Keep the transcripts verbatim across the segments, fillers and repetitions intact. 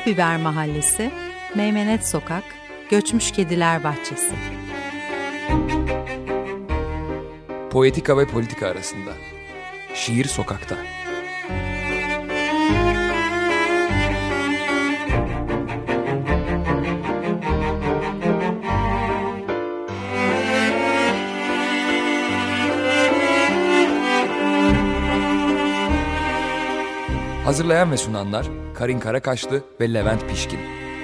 Pulbiber Mahallesi, Meymenet Sokak, Göçmüş Kediler Bahçesi. Poetika ve politika arasında. Şiir sokakta. Hazırlayan ve sunanlar Karin Karakaşlı ve Levent Pişkin.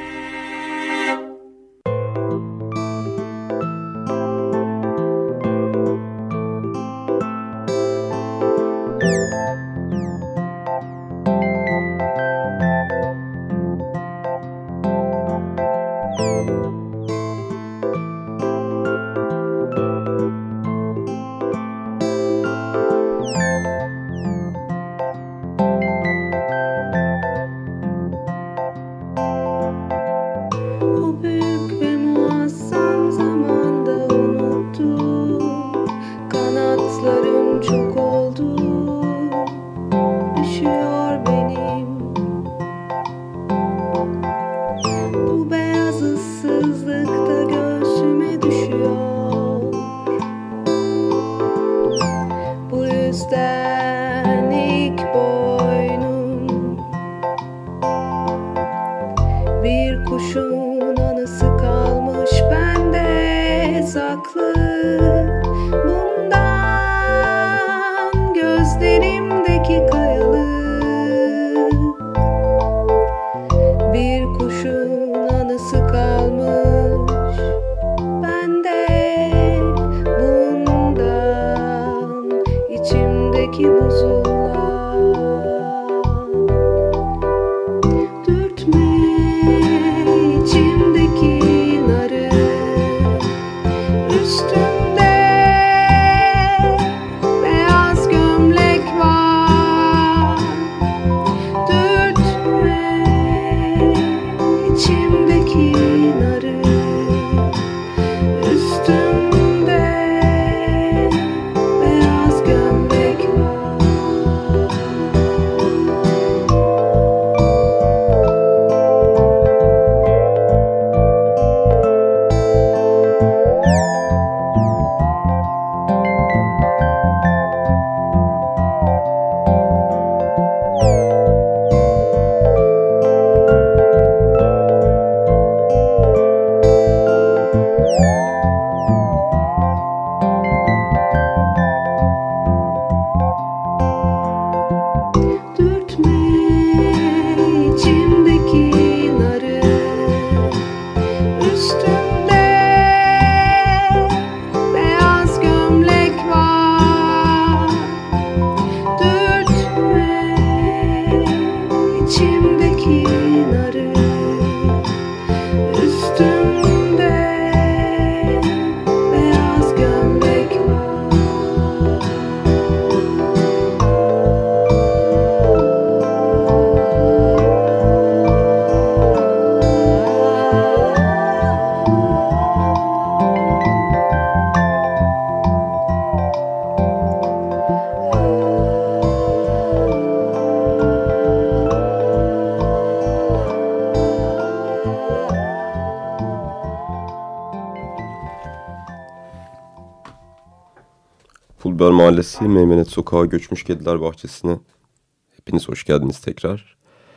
Pulbiber Mahallesi, Meymenet Sokağı, Göçmüş Kediler Bahçesi'ne hepiniz hoş geldiniz tekrar.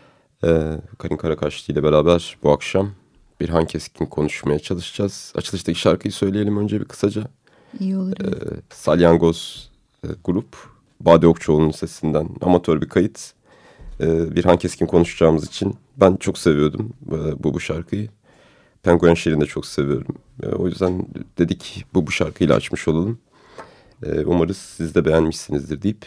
Ee, Karin Karakaşlı ile beraber bu akşam Birhan Keskin konuşmaya çalışacağız. Açılıştaki şarkıyı söyleyelim önce bir kısaca. İyi olur. Ee, Salyangoz e, grup, Bade Okçuoğlu'nun sesinden amatör bir kayıt. Ee, Birhan Keskin konuşacağımız için ben çok seviyordum e, bu bu şarkıyı. Penguen şiirini de çok seviyorum. E, o yüzden dedik bu bu şarkıyla açmış olalım. Umarız siz de beğenmişsinizdir deyip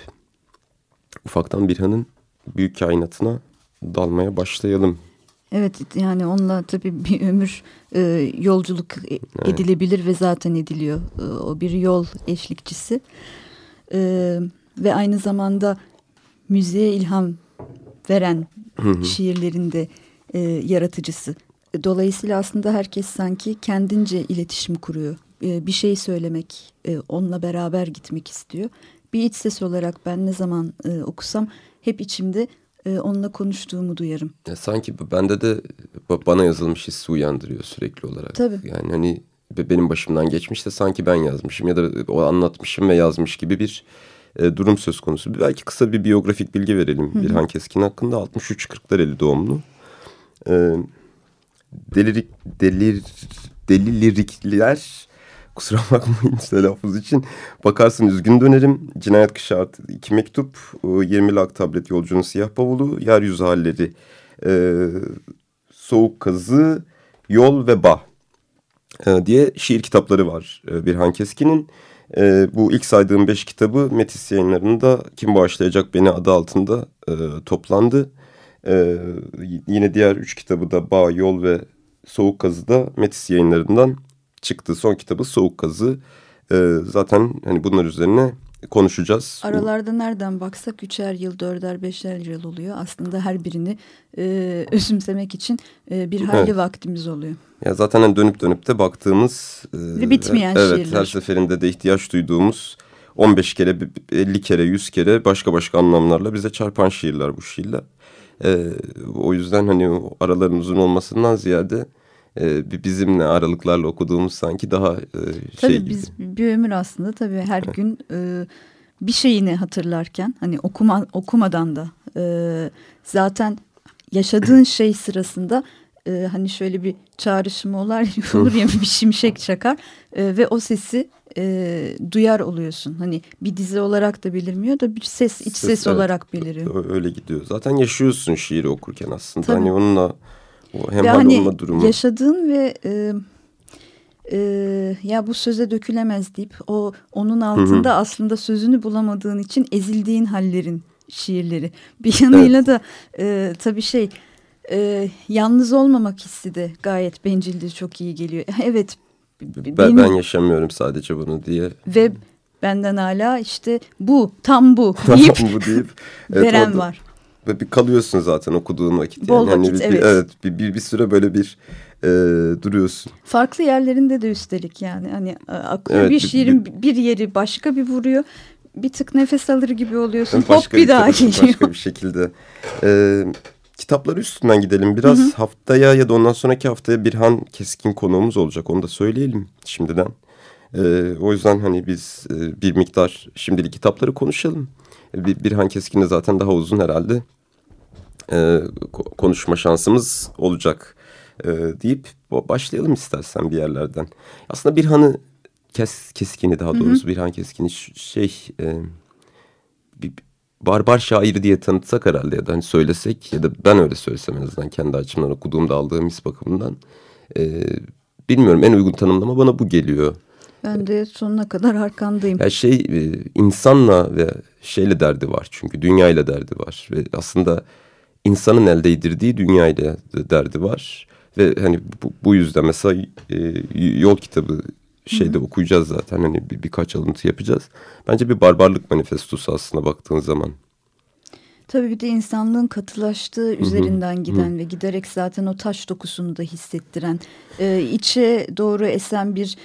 ufaktan Birhan'ın büyük kainatına dalmaya başlayalım. Evet, yani onunla tabii bir ömür e, yolculuk edilebilir, evet. Ve zaten ediliyor. E, o bir yol eşlikçisi e, ve aynı zamanda müziğe ilham veren hı hı. şiirlerinde e, yaratıcısı. Dolayısıyla aslında herkes sanki kendince iletişim kuruyor. Bir şey söylemek, onunla beraber gitmek istiyor. Bir iç ses olarak ben ne zaman okusam hep içimde e, onunla konuştuğumu duyarım. Ya sanki bende de bana yazılmış hissi uyandırıyor sürekli olarak. Tabii. Yani hani benim başımdan geçmiş de sanki ben yazmışım ya da o anlatmışım ve yazmış gibi bir e, durum söz konusu. Belki kısa bir biyografik bilgi verelim Hı-hı. Birhan Keskin hakkında. altmış üç Kırklareli doğumlu. E, delirik, delir, delilirikliler... Kusura bakmayın telaffuz için. Bakarsın üzgün dönerim. Cinayet Kışı Artı iki mektup. yirmi lak tablet yolcunun siyah bavulu. Yeryüzü halleri. E, soğuk kazı. Yol ve Bağ. E, diye şiir kitapları var e, Birhan Keskin'in. E, bu ilk saydığım beş kitabı Metis Yayınları'nda Kim Bağışlayacak Beni adı altında e, toplandı. E, yine diğer üç kitabı da Bağ, Yol ve Soğuk Kazı da Metis Yayınları'ndan çıktı. Son kitabı Soğuk Kazı. Ee, zaten hani bunlar üzerine konuşacağız. Aralarda nereden baksak üçer yıl, dörder, beşer yıl oluyor. Aslında her birini e, özümsemek için e, bir hayli evet. vaktimiz oluyor. Ya zaten hani dönüp dönüp de baktığımız... E, Ve bitmeyen evet, şiirler. Her seferinde de ihtiyaç duyduğumuz on beş kere, elli kere, yüz kere başka başka anlamlarla bize çarpan şiirler bu şiirler. E, o yüzden hani araların uzun olmasından ziyade... Ee, bizimle aralıklarla okuduğumuz sanki daha e, şey tabii gibi. Biz bir ömür aslında tabii her evet. gün e, bir şeyini hatırlarken hani okuma okumadan da e, zaten yaşadığın şey sırasında e, hani şöyle bir çağrışımı olar, olur ya bir şimşek çakar e, ve o sesi e, duyar oluyorsun. Hani bir dizi olarak da belirmiyor da bir ses iç ses, ses evet, olarak beliriyor. Öyle gidiyor. Zaten yaşıyorsun şiiri okurken aslında. Tabii. Hani onunla o hemhal hani olma durumu. Yaşadığın ve e, e, ya bu söze dökülemez deyip o onun altında Hı-hı. aslında sözünü bulamadığın için ezildiğin hallerin şiirleri. Bir yanıyla evet. da e, tabii şey e, yalnız olmamak hissi de gayet bencildir, çok iyi geliyor. Evet. Ben, benim, ben yaşamıyorum sadece bunu diye. Ve benden hala işte bu tam bu deyip, bu deyip evet, veren orada. Var. Ve bir kalıyorsun zaten okuduğun vakit. Bol yani. vakit yani bir, evet. Bir, evet bir, bir, bir süre böyle bir e, duruyorsun. Farklı yerlerinde de üstelik yani. Hani akıyor evet, bir şiirin bir, bir yeri başka bir vuruyor. Bir tık nefes alır gibi oluyorsun. Hop bir, bir daha geliyor. Başka bir şekilde. Ee, kitapları üstünden gidelim. Biraz hı hı. haftaya ya da ondan sonraki haftaya Birhan Keskin konuğumuz olacak. Onu da söyleyelim şimdiden. Ee, o yüzden hani biz e, bir miktar şimdilik kitapları konuşalım. Bir, Birhan Keskin'le zaten daha uzun herhalde e, konuşma şansımız olacak e, deyip başlayalım istersen bir yerlerden. Aslında Birhan'ı kes, Keskin'i daha doğrusu hı hı. Birhan Keskin'i şey e, bir barbar şair diye tanıtsak herhalde ya da hani söylesek ya da ben öyle söylesem en azından kendi açımdan okuduğumda aldığım his bakımından e, bilmiyorum, en uygun tanımlama bana bu geliyor. Ben de sonuna kadar arkandayım. Ya şey e, insanla ve şeyle derdi var, çünkü dünyayla derdi var ve aslında insanın elde edildiği dünyayla derdi var ve hani bu, bu yüzden mesela e, Yol kitabı şeyde Hı-hı. okuyacağız zaten, hani bir, birkaç alıntı yapacağız. Bence bir barbarlık manifestosu aslında baktığın zaman. Tabii bir de insanlığın katılaştığı Hı-hı. üzerinden giden Hı-hı. ve giderek zaten o taş dokusunu da hissettiren, e, içe doğru esen bir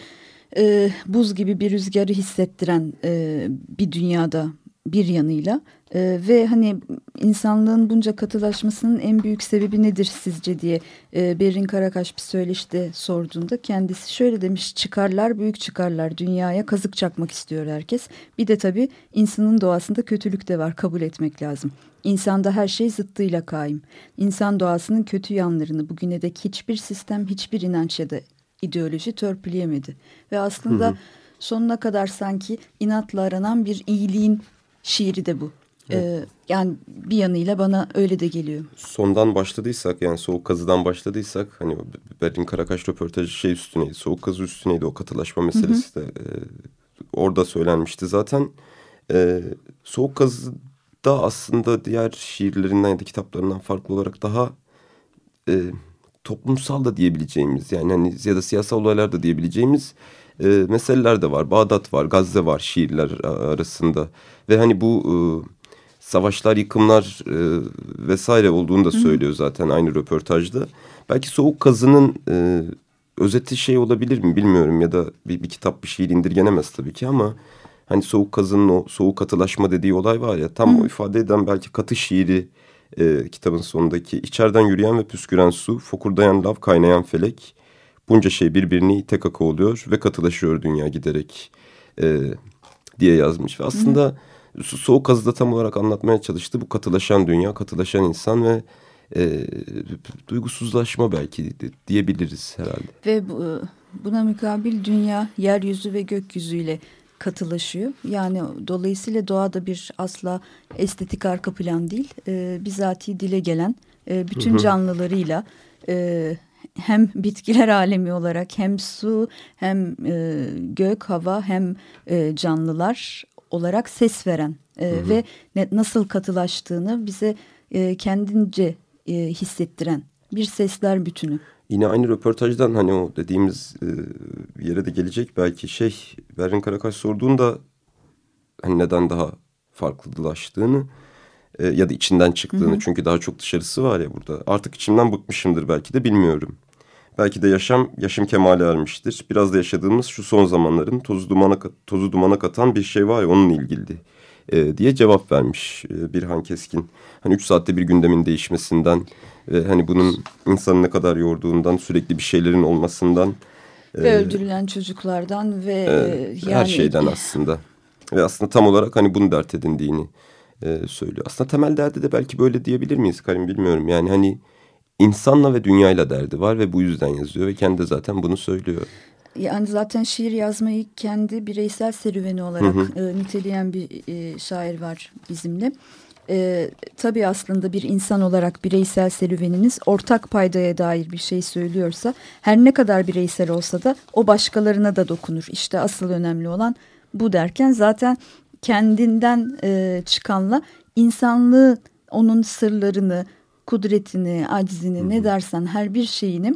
e, buz gibi bir rüzgarı hissettiren e, bir dünyada bir yanıyla e, ve hani insanlığın bunca katılaşmasının en büyük sebebi nedir sizce diye e, Berrin Karakaş bir söyleşide sorduğunda kendisi şöyle demiş: çıkarlar, büyük çıkarlar, dünyaya kazık çakmak istiyor herkes. Bir de tabii insanın doğasında kötülük de var, kabul etmek lazım. İnsanda her şey zıttıyla kaim. İnsan doğasının kötü yanlarını bugüne dek hiçbir sistem, hiçbir inanç ya da ideoloji törpüleyemedi. Ve aslında hı hı. sonuna kadar sanki inatla aranan bir iyiliğin şiiri de bu. Evet. Ee, yani bir yanıyla bana öyle de geliyor. Sondan başladıysak, yani Soğuk Kazı'dan başladıysak, hani Berrin Karakaş röportajı şey üstüneydi, Soğuk Kazı üstüneydi, o katılaşma meselesi de e, orada söylenmişti zaten. E, Soğuk Kazı'da aslında diğer şiirlerinden ya da kitaplarından farklı olarak daha e, toplumsal da diyebileceğimiz, yani hani ya da siyasal olaylar da diyebileceğimiz e, meseleler de var. Bağdat var, Gazze var şiirler arasında ve hani bu e, savaşlar, yıkımlar e, vesaire olduğunu da söylüyor zaten aynı röportajda. Belki Soğuk Kazı'nın e, özeti şey olabilir mi bilmiyorum, ya da bir, bir kitap bir şiir indirgenemez tabii ki, ama hani Soğuk Kazı'nın o soğuk katılaşma dediği olay var ya, tam Hı. o ifade eden belki katı şiiri e, kitabın sonundaki içeriden yürüyen ve püsküren su, fokurdayan lav, kaynayan felek, bunca şey birbirini ite kaka oluyor ve katılaşıyor dünya giderek e, diye yazmış. Ve aslında Hı. Soğuk Kazı'da tam olarak anlatmaya çalıştı bu katılaşan dünya, katılaşan insan ve e, duygusuzlaşma belki diyebiliriz herhalde. Ve bu, buna mukabil dünya yeryüzü ve gökyüzüyle katılaşıyor. Yani dolayısıyla doğada bir asla estetik arka plan değil, e, bizatihi dile gelen e, bütün canlılarıyla e, hem bitkiler alemi olarak hem su hem e, gök, hava hem e, canlılar olarak ses veren e, hı hı. ve ne, nasıl katılaştığını bize e, kendince e, hissettiren bir sesler bütünü. Yine aynı röportajdan hani o dediğimiz e, yere de gelecek belki şey Berrin Karakaş sorduğunda hani neden daha farklılaştığını e, ya da içinden çıktığını, hı hı. çünkü daha çok dışarısı var ya burada. Artık içimden bıkmışımdır belki de, bilmiyorum. Belki de yaşam yaşım kemale ermiştir. Biraz da yaşadığımız şu son zamanların tozu dumana tozu dumana katan bir şey var ya, onunla ilgili e, diye cevap vermiş e, Birhan Keskin. Hani üç saatte bir gündemin değişmesinden ve hani bunun insanı ne kadar yorduğundan, sürekli bir şeylerin olmasından ve e, öldürülen çocuklardan ve e, yani her şeyden aslında. Ve aslında tam olarak hani bunu dert edindiğini e, söylüyor. Aslında temel derdi de belki böyle diyebilir miyiz Karim, bilmiyorum. Yani hani insanla ve dünyayla derdi var ve bu yüzden yazıyor ve kendi de zaten bunu söylüyor. Yani zaten şiir yazmayı kendi bireysel serüveni olarak hı hı. E, niteleyen bir e, şair var bizimle. E, tabii aslında bir insan olarak bireysel serüveniniz ortak paydaya dair bir şey söylüyorsa, her ne kadar bireysel olsa da o başkalarına da dokunur. İşte asıl önemli olan bu derken zaten kendinden e, çıkanla insanlığı, onun sırlarını, kudretini, aczini, ne dersen her bir şeyini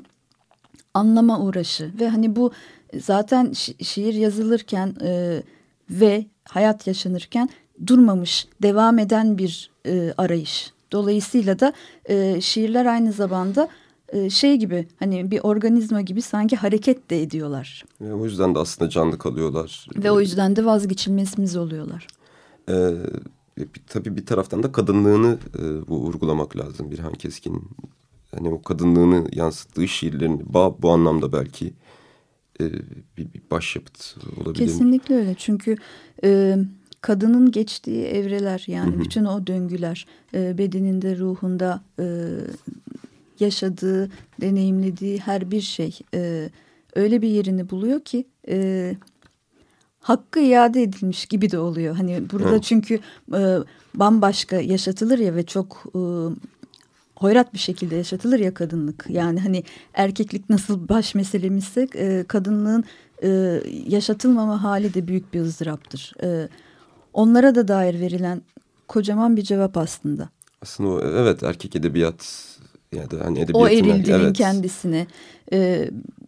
anlama uğraşı ve hani bu zaten şi- şiir yazılırken e, ve hayat yaşanırken durmamış, devam eden bir e, arayış. Dolayısıyla da e, şiirler aynı zamanda e, şey gibi, hani bir organizma gibi sanki hareket de ediyorlar. E, o yüzden de aslında canlı kalıyorlar. Ve o yüzden de vazgeçilmezimiz oluyorlar. Evet. Tabii bir taraftan da kadınlığını e, bu vurgulamak lazım Birhan Keskin'in. Hani o kadınlığını yansıttığı şiirlerin bu, bu anlamda belki e, bir, bir başyapıt olabilir. Kesinlikle öyle, çünkü e, kadının geçtiği evreler, yani hı hı. bütün o döngüler, e, bedeninde, ruhunda e, yaşadığı, deneyimlediği her bir şey e, öyle bir yerini buluyor ki E, hakkı iade edilmiş gibi de oluyor. Hani burada evet. çünkü e, bambaşka yaşatılır ya ve çok e, hoyrat bir şekilde yaşatılır ya kadınlık. Yani hani erkeklik nasıl baş meselemizse e, kadınlığın e, yaşatılmama hali de büyük bir ızdıraptır. E, onlara da dair verilen kocaman bir cevap aslında. Aslında o, evet, erkek edebiyat ya da hani edebiyatın, o eril dilin evet. kendisini, e,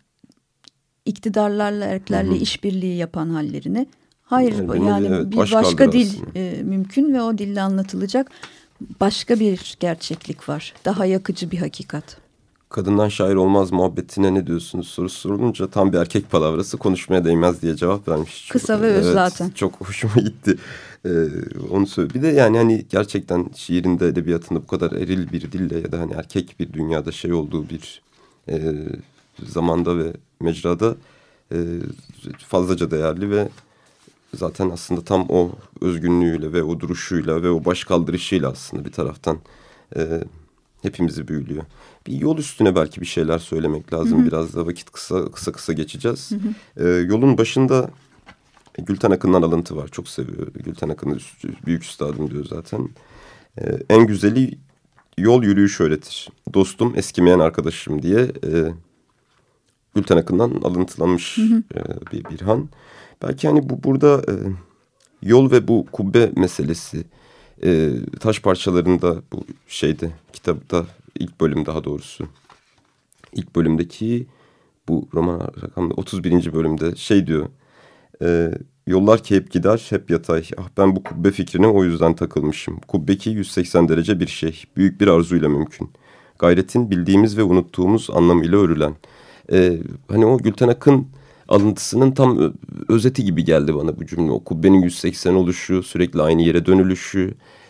iktidarlarla, erkeklerle Hı-hı. işbirliği yapan hallerini. Hayır, yani, yani evet, bir başka dil e, mümkün ve o dille anlatılacak başka bir gerçeklik var. Daha yakıcı bir hakikat. Kadından şair olmaz muhabbetine ne diyorsunuz sorusu sorulunca tam bir erkek palavrası, konuşmaya değmez diye cevap vermiş. Kısa çok, ve öz evet, zaten. Çok hoşuma gitti. Ee, onu söyle. Bir de yani hani gerçekten şiirinde, edebiyatında bu kadar eril bir dille ya da hani erkek bir dünyada şey olduğu bir e, zamanda ve mecrada e, fazlaca değerli ve zaten aslında tam o özgünlüğüyle ve o duruşuyla ve o baş kaldırışıyla aslında bir taraftan e, hepimizi büyülüyor. Bir yol üstüne belki bir şeyler söylemek lazım. Hı hı. Biraz da vakit kısa kısa kısa geçeceğiz. Hı hı. E, yolun başında Gülten Akın'dan alıntı var. Çok seviyor. Gülten Akın'ı büyük üstadım diyor zaten. E, en güzeli yol yürüyüş öğretir. Dostum, eskimeyen arkadaşım diye e, Gülten Akın'dan alıntılanmış hı hı. E, bir Birhan. Belki hani bu burada e, yol ve bu kubbe meselesi e, taş parçalarında bu şeyde kitapta ilk bölüm daha doğrusu ilk bölümdeki bu roman rakamda otuz birinci bölümde şey diyor. E, yollar ki hep gider hep yatay. Ah ben bu kubbe fikrine o yüzden takılmışım. Kubbe ki yüz seksen derece bir şey. Büyük bir arzuyla mümkün. Gayretin bildiğimiz ve unuttuğumuz anlamıyla örülen. E, hani o Gülten Akın alıntısının tam özeti gibi geldi bana bu cümle. O kubbenin yüz seksen oluşu, sürekli aynı yere dönülüşü,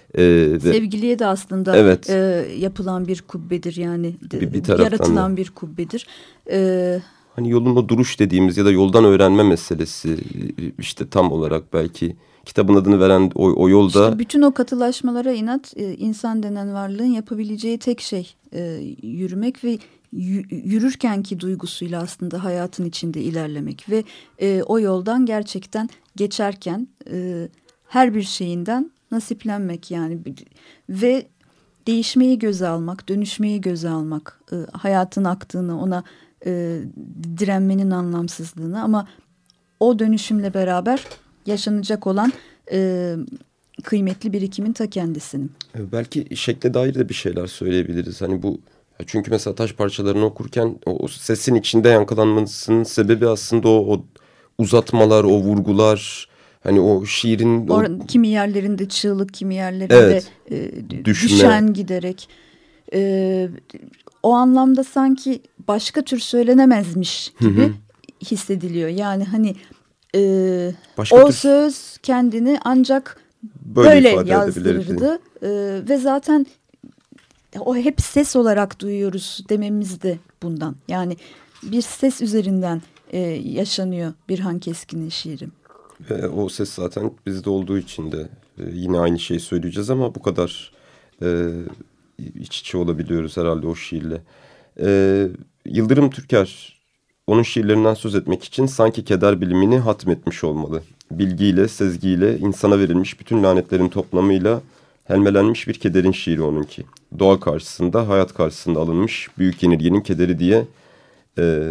E, ve, Sevgiliye de aslında evet, e, yapılan bir kubbedir yani. Bir, bir yaratılan da. bir kubbedir. E, hani yolunda duruş dediğimiz ya da yoldan öğrenme meselesi işte tam olarak belki kitabın adını veren o, o yolda. İşte bütün o katılaşmalara inat e, insan denen varlığın yapabileceği tek şey e, yürümek ve yürürkenki duygusuyla aslında hayatın içinde ilerlemek ve e, o yoldan gerçekten geçerken e, her bir şeyinden nasiplenmek yani ve değişmeyi göze almak, dönüşmeyi göze almak, e, hayatın aktığını, ona e, direnmenin anlamsızlığını ama o dönüşümle beraber yaşanacak olan e, kıymetli birikimin ta kendisinin. Belki şekle dair de bir şeyler söyleyebiliriz. Hani bu çünkü mesela taş parçalarını okurken o sesin içinde yankılanmasının sebebi aslında o, o uzatmalar, o vurgular, hani o şiirin... O... Kimi yerlerinde çığlık, kimi yerlerinde evet, e, düşen giderek. E, o anlamda sanki başka tür söylenemezmiş gibi hı hı. hissediliyor. Yani hani e, o tür... söz kendini ancak böyle, böyle yazdırırdı. E, ve zaten o hep ses olarak duyuyoruz dememiz de bundan. Yani bir ses üzerinden e, yaşanıyor Birhan Keskin'in şiiri. Ve o ses zaten bizde olduğu için de e, yine aynı şeyi söyleyeceğiz ama bu kadar e, iç içe olabiliyoruz herhalde o şiirle. E, Yıldırım Türker onun şiirlerinden söz etmek için sanki keder bilimini hatmetmiş olmalı. Bilgiyle, sezgiyle, insana verilmiş bütün lanetlerin toplamıyla helmelenmiş bir kederin şiiri onunki. Doğa karşısında, hayat karşısında alınmış büyük yenilginin kederi diye e,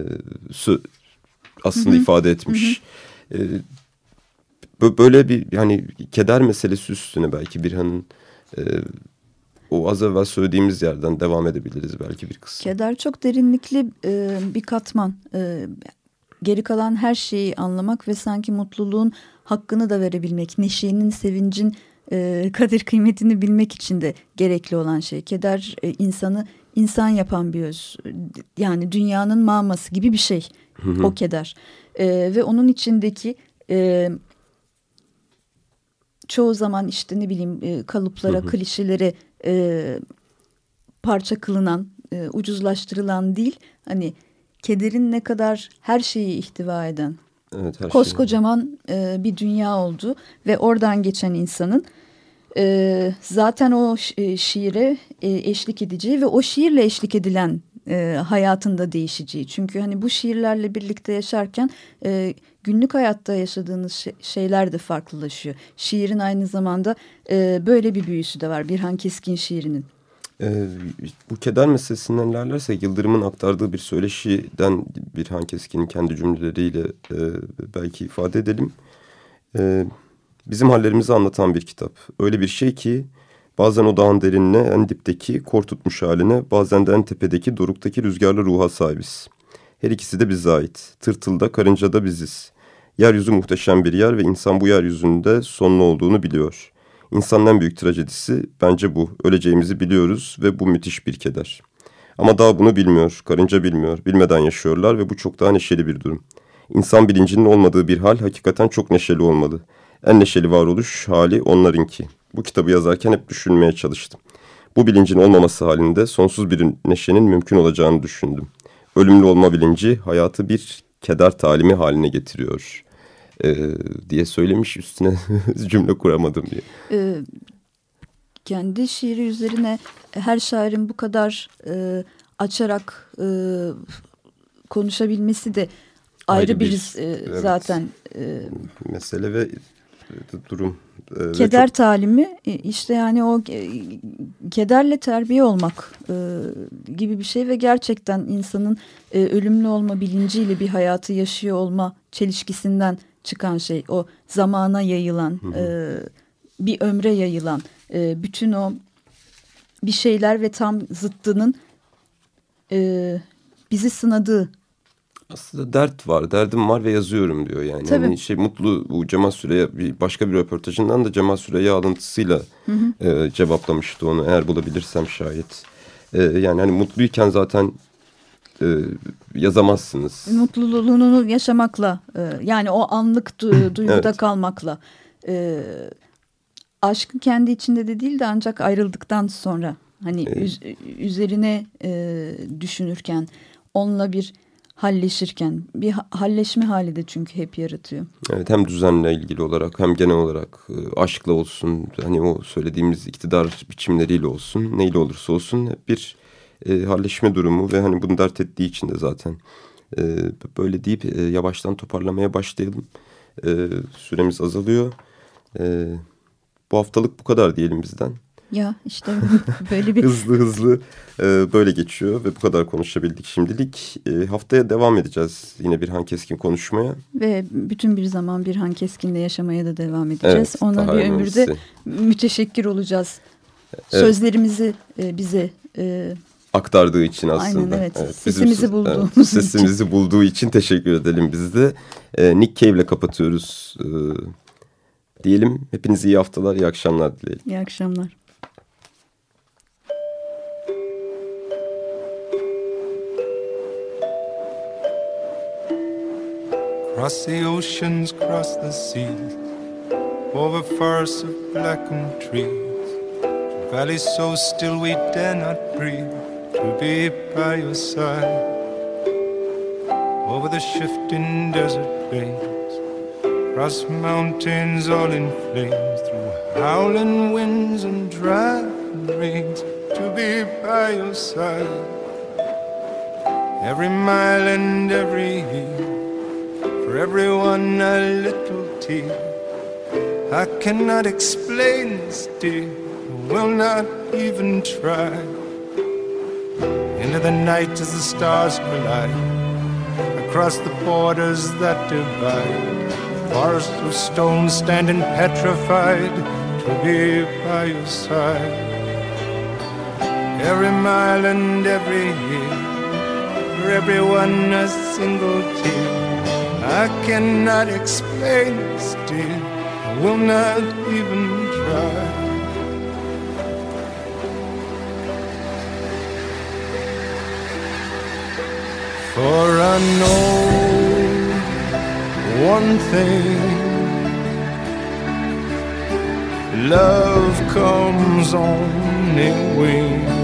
aslında hı hı. ifade etmiş. Hı hı. E, böyle bir yani keder meselesi üstüne belki Birhan'ın e, o az evvel söylediğimiz yerden devam edebiliriz belki bir kısım. Keder çok derinlikli e, bir katman. E, geri kalan her şeyi anlamak ve sanki mutluluğun hakkını da verebilmek, neşenin, sevincin e, kadir kıymetini bilmek için de gerekli olan şey. Keder e, insanı insan yapan bir öz. Yani dünyanın maması gibi bir şey. Hı hı. O keder. E, ve onun içindeki e, çoğu zaman işte ne bileyim e, kalıplara, hı hı. klişelere e, parça kılınan, e, ucuzlaştırılan değil. Hani kederin ne kadar her şeyi ihtiva eden. Evet, her koskocaman e, bir dünya oldu ve oradan geçen insanın e, zaten o şi- şiire e, eşlik edeceği ve o şiirle eşlik edilen e, hayatında değişeceği. Çünkü hani bu şiirlerle birlikte yaşarken e, günlük hayatta yaşadığınız şey, şeyler de farklılaşıyor. Şiirin aynı zamanda e, böyle bir büyüsü de var Birhan Keskin şiirinin. Ee, bu keder meselesinden ilerlersek Yıldırım'ın aktardığı bir söyleşiden Birhan Keskin'in kendi cümleleriyle e, belki ifade edelim. E, bizim hallerimizi anlatan bir kitap. Öyle bir şey ki bazen o dağın derinine, en dipteki kor tutmuş haline, bazen de en tepedeki doruktaki rüzgarlı ruha sahibiz. Her ikisi de bize ait. Tırtılda, karıncada biziz. Yeryüzü muhteşem bir yer ve insan bu yeryüzünde sonlu olduğunu biliyor. İnsanın en büyük trajedisi bence bu. Öleceğimizi biliyoruz ve bu müthiş bir keder. Ama dağ bunu bilmiyor, karınca bilmiyor. Bilmeden yaşıyorlar ve bu çok daha neşeli bir durum. İnsan bilincinin olmadığı bir hal hakikaten çok neşeli olmalı. En neşeli varoluş hali onlarınki. Bu kitabı yazarken hep düşünmeye çalıştım. Bu bilincin olmaması halinde sonsuz bir neşenin mümkün olacağını düşündüm. Ölümlü olma bilinci hayatı bir keder talimi haline getiriyor. Ee, diye söylemiş, üstüne cümle kuramadım diye. Ee, kendi şiiri üzerine her şairin bu kadar e, açarak e, konuşabilmesi de ayrı, ayrı bir, bir e, evet, zaten e, mesele ve durum. E, keder çok... talimi işte yani o e, kederle terbiye olmak e, gibi bir şey ve gerçekten insanın e, ölümlü olma bilinciyle bir hayatı yaşıyor olma çelişkisinden çıkan şey, o zamana yayılan, hı hı. E, bir ömre yayılan, e, bütün o bir şeyler ve tam zıttının e, bizi sınadığı. Aslında dert var, derdim var ve yazıyorum diyor yani. Tabii. Hani şey mutlu bu Cemal Süreya bir başka bir röportajından da Cemal Süreya alıntısıyla hı hı. E, cevaplamıştı onu eğer bulabilirsem şayet. E, yani hani mutluyken zaten e, yazamazsınız. Mutluluğunu yaşamakla e, yani o anlık du- duyguda evet. kalmakla. E, aşkın kendi içinde de değil de ancak ayrıldıktan sonra hani Evet. üz- üzerine e, düşünürken, onunla bir halleşirken, bir ha- halleşme hali de çünkü hep yaratıyor. Evet, hem düzenle ilgili olarak hem genel olarak e, aşkla olsun, hani o söylediğimiz iktidar biçimleriyle olsun, neyle olursa olsun hep bir e, halleşme durumu ve hani bunu dert ettiği için de zaten e, böyle deyip e, yavaştan toparlamaya başlayalım. E, süremiz azalıyor. E, bu haftalık bu kadar diyelim bizden. Ya işte böyle bir... Hızlı hızlı e, böyle geçiyor ve bu kadar konuşabildik şimdilik. E, haftaya devam edeceğiz yine Birhan Keskin konuşmaya. Ve bütün bir zaman Birhan Keskin'le yaşamaya da devam edeceğiz. Evet, Ona daha bir önemlisi. ömürde müteşekkir olacağız. Evet. Sözlerimizi e, bize... E, aktardığı için aslında. Aynen, evet. Evet, Sesimizi bizim, bulduğumuz evet, sesimizi için. bulduğu için teşekkür edelim biz de. Ee, Nick Cave ile kapatıyoruz ee, diyelim. Hepinize iyi haftalar, iyi akşamlar dileyelim. İyi akşamlar. Cross the oceans, cross the seas, over forests of blackened trees, to valleys so still we dare not breathe, to be by your side, over the shifting desert plains, across mountains all in flames, through howling winds and driving rains, to be by your side, every mile and every year, for everyone a little tear. I cannot explain this, dear, I will not even try. Into the night as the stars collide, across the borders that divide, forests of stone standing petrified, to be by your side. Every mile and every year, for everyone a single tear. I cannot explain this, dear, I will not even try. For I know one thing, love comes on in wings.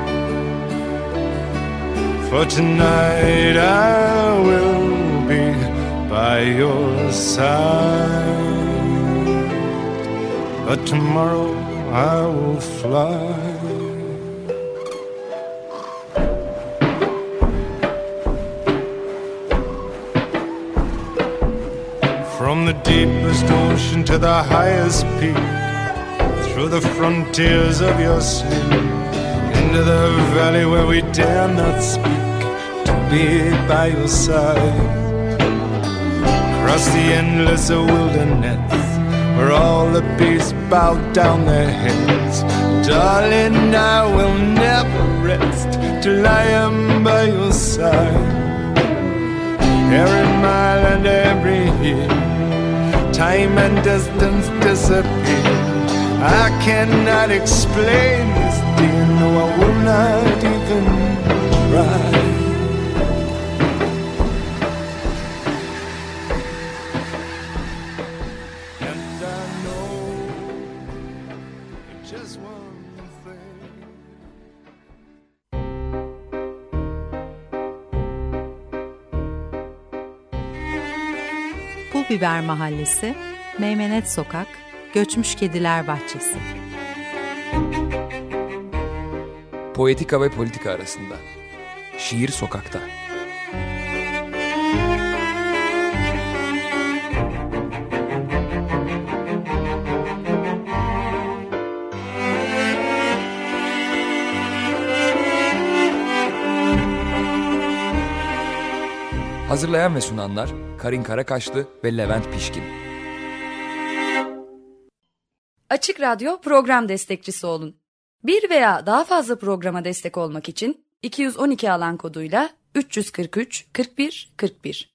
For tonight I will be by your side, but tomorrow I will fly. From the deepest ocean to the highest peak, through the frontiers of your sleep, into the valley where we dare not speak, to be by your side. Across the endless wilderness, where all the beasts bow down their heads, darling, I will never rest till I am by your side. Every mile and every year, time and distance disappear. I cannot explain this, dear, no, I will not even try. Pulbiber Mahallesi, Meymenet Sokak, Göçmüş Kediler Bahçesi. Poetika ve politika arasında. Şiir sokakta. Hazırlayan ve sunanlar Karin Karakaşlı ve Levent Pişkin. Açık Radyo program destekçisi olun. Bir veya daha fazla programa destek olmak için iki yüz on iki alan koduyla üç yüz kırk üç kırk bir kırk bir